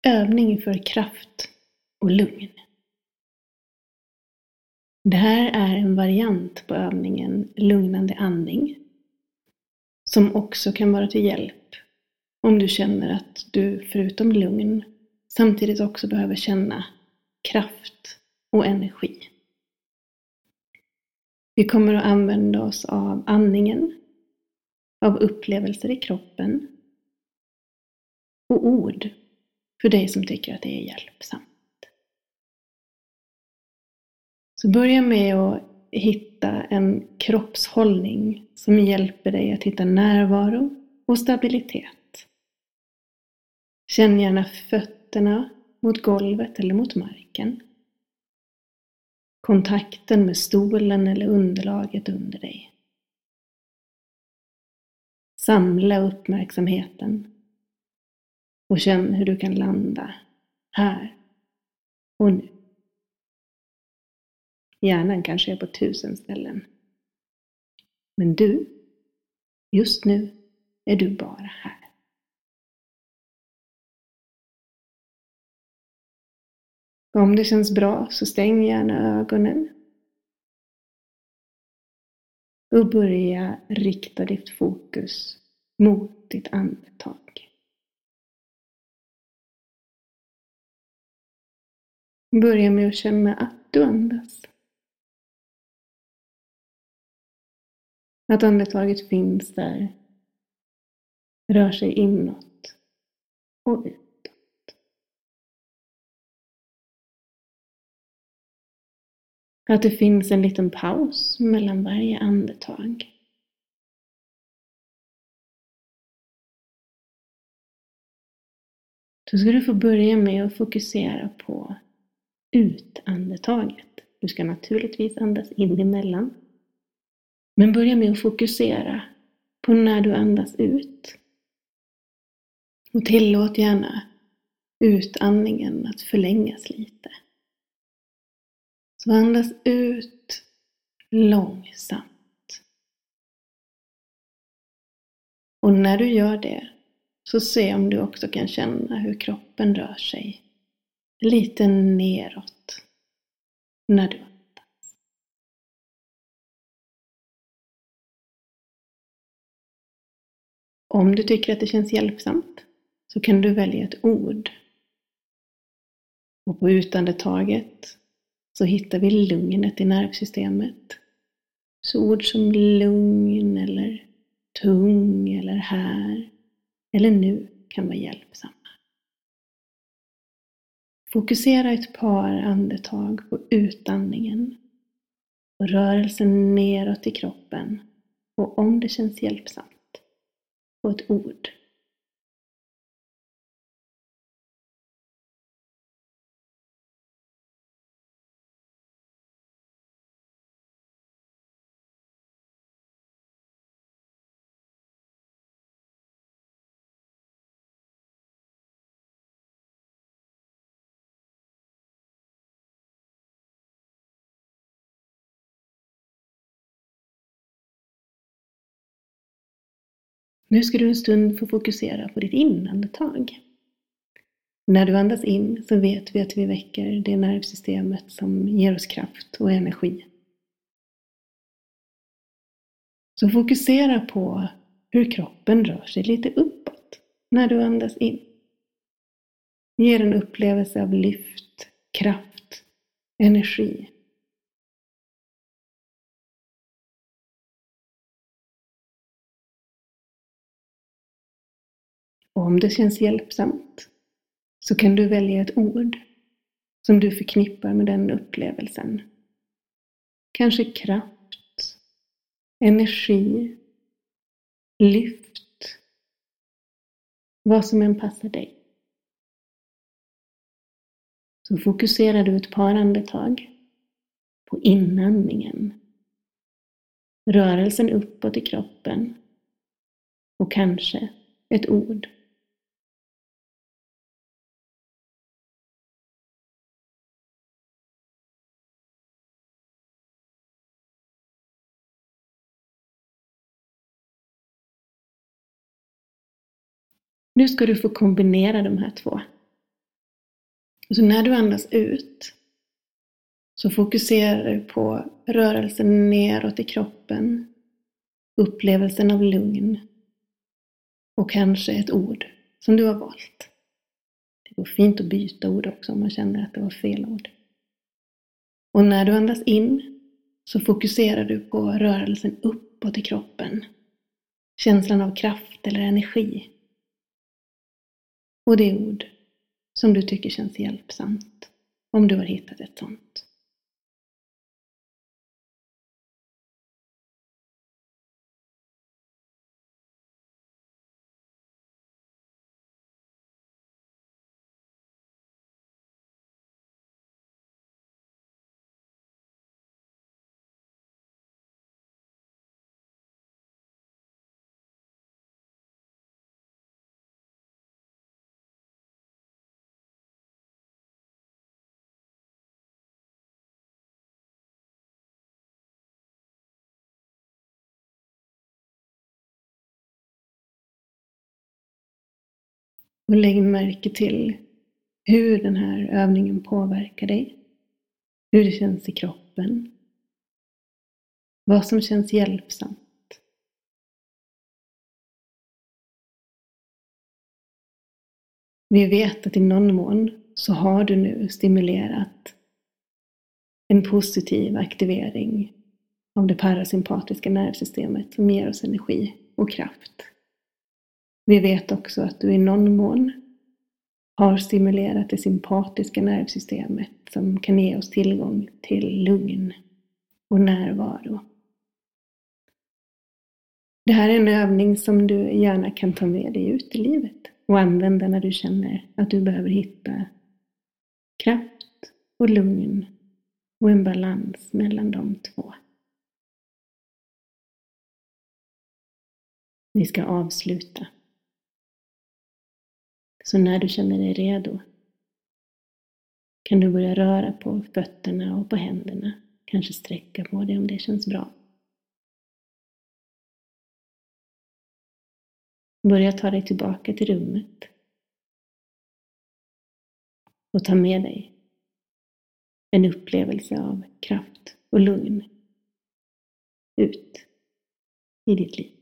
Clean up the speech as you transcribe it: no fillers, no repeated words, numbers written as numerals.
övning för kraft och lugn. Det här är en variant på övningen lugnande andning som också kan vara till hjälp om du känner att du förutom lugn samtidigt också behöver känna kraft och energi. Vi kommer att använda oss av andningen, av upplevelser i kroppen och ord för dig som tycker att det är hjälpsamt. Så börja med att hitta en kroppshållning som hjälper dig att hitta närvaro och stabilitet. Känn gärna fötterna mot golvet eller mot marken. Kontakten med stolen eller underlaget under dig. Samla uppmärksamheten och känn hur du kan landa här och nu. Hjärnan kanske är på 1000 ställen. Men just nu är du bara här. Om det känns bra så stäng gärna ögonen. Och börja rikta ditt fokus mot ditt andetag. Börja med att känna att du andas. Att andetaget finns där, rör sig inåt och utåt. Att det finns en liten paus mellan varje andetag. Då ska du få börja med att fokusera på utandetaget. Du ska naturligtvis andas in emellan. Men börja med att fokusera på när du andas ut. Och tillåt gärna utandningen att förlängas lite. Så andas ut långsamt. Och när du gör det så se om du också kan känna hur kroppen rör sig lite neråt när du andas. Om du tycker att det känns hjälpsamt så kan du välja ett ord. Och på utandetaget så hittar vi lugnet i nervsystemet. Så ord som lugn eller tung eller här eller nu kan vara hjälpsamma. Fokusera ett par andetag på utandningen och rörelsen neråt i kroppen. Och om det känns hjälpsamt, på ett ord. Nu ska du en stund få fokusera på ditt inandetag. När du andas in så vet vi att vi väcker det nervsystemet som ger oss kraft och energi. Så fokusera på hur kroppen rör sig lite uppåt när du andas in. Ge en upplevelse av lyft, kraft, energi. Och om det känns hjälpsamt så kan du välja ett ord som du förknippar med den upplevelsen. Kanske kraft, energi, lyft, vad som än passar dig. Så fokuserar du ett par andetag på inandningen, rörelsen uppåt i kroppen och kanske ett ord. Nu ska du få kombinera de här två. Och så när du andas ut så fokuserar du på rörelsen neråt i kroppen, upplevelsen av lugn och kanske ett ord som du har valt. Det går fint att byta ord också om man känner att det var fel ord. Och när du andas in så fokuserar du på rörelsen uppåt i kroppen. Känslan av kraft eller energi. Och det ord som du tycker känns hjälpsamt, om du har hittat ett sånt. Och lägg märke till hur den här övningen påverkar dig. Hur det känns i kroppen. Vad som känns hjälpsamt. Vi vet att i någon mån så har du nu stimulerat en positiv aktivering av det parasympatiska nervsystemet som ger oss energi och kraft. Vi vet också att du i någon mån har stimulerat det sympatiska nervsystemet som kan ge oss tillgång till lugn och närvaro. Det här är en övning som du gärna kan ta med dig ut i livet och använda när du känner att du behöver hitta kraft och lugn och en balans mellan de två. Vi ska avsluta. Så när du känner dig redo kan du börja röra på fötterna och på händerna. Kanske sträcka på dig om det känns bra. Börja ta dig tillbaka till rummet. Och ta med dig en upplevelse av kraft och lugn ut i ditt liv.